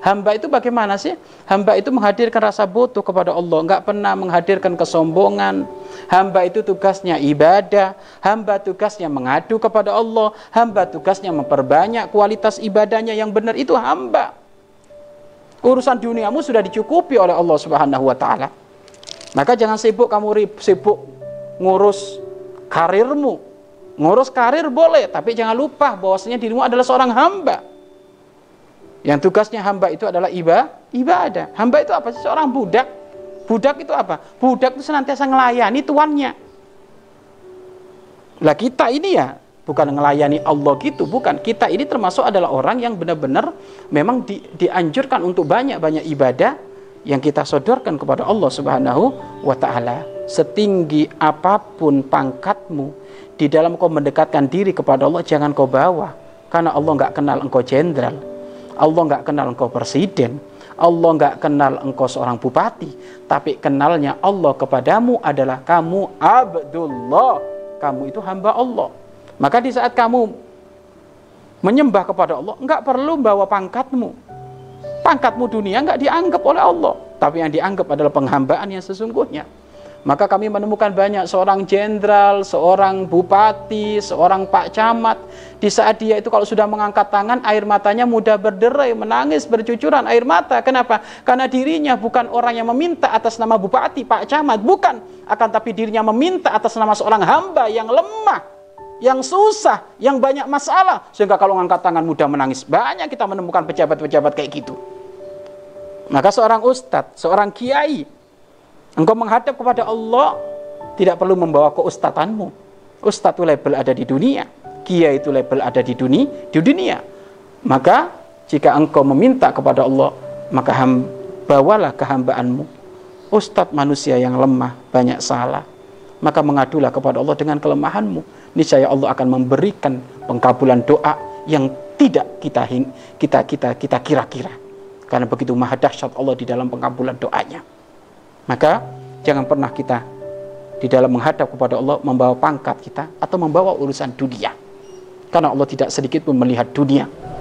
Hamba itu bagaimana sih? Hamba itu menghadirkan rasa butuh kepada Allah, nggak pernah menghadirkan kesombongan. Hamba itu tugasnya ibadah, hamba tugasnya mengadu kepada Allah, hamba tugasnya memperbanyak kualitas ibadahnya yang benar, itu hamba. Urusan duniamu sudah dicukupi oleh Allah Subhanahu wa ta'ala. Maka jangan sibuk sibuk ngurus karirmu. Ngurus karir boleh, tapi jangan lupa bahwasanya dirimu adalah seorang hamba. Yang tugasnya hamba itu adalah ibadah. Hamba itu apa sih? Seorang budak. Budak itu apa? Budak itu senantiasa melayani tuannya. Lah kita ini ya bukan melayani Allah gitu, bukan. Kita ini termasuk adalah orang yang benar-benar memang dianjurkan untuk banyak-banyak ibadah yang kita sodorkan kepada Allah Subhanahu wa ta'ala. Setinggi apapun pangkatmu, di dalam kau mendekatkan diri kepada Allah, jangan kau bawa. Karena Allah nggak kenal engkau jenderal, Allah nggak kenal engkau presiden, Allah nggak kenal engkau seorang bupati, tapi kenalnya Allah kepadamu adalah kamu Abdullah, kamu itu hamba Allah. Maka di saat kamu menyembah kepada Allah, nggak perlu bawa pangkatmu. Pangkatmu dunia nggak dianggap oleh Allah, tapi yang dianggap adalah penghambaan yang sesungguhnya. Maka kami menemukan banyak seorang jenderal, seorang bupati, seorang pak camat. Di saat dia itu kalau sudah mengangkat tangan, air matanya mudah berderai, menangis, bercucuran air mata. Kenapa? Karena dirinya bukan orang yang meminta atas nama bupati, pak camat, bukan. Akan tapi dirinya meminta atas nama seorang hamba yang lemah, yang susah, yang banyak masalah. Sehingga kalau mengangkat tangan mudah menangis. Banyak kita menemukan pejabat-pejabat kayak gitu. Maka seorang ustadz, seorang kiai, engkau menghadap kepada Allah, tidak perlu membawa keustatanmu. Ustadz itu label ada di dunia, kiai itu label ada di dunia. Maka jika engkau meminta kepada Allah, maka bawalah kehambaanmu. Ustadz manusia yang lemah, banyak salah, maka mengadulah kepada Allah dengan kelemahanmu. Niscaya Allah akan memberikan pengkabulan doa yang tidak kita kira-kira. Karena begitu maha dahsyat Allah di dalam pengkabulan doanya. Maka jangan pernah kita di dalam menghadap kepada Allah membawa pangkat kita atau membawa urusan dunia. Karena Allah tidak sedikit pun melihat dunia.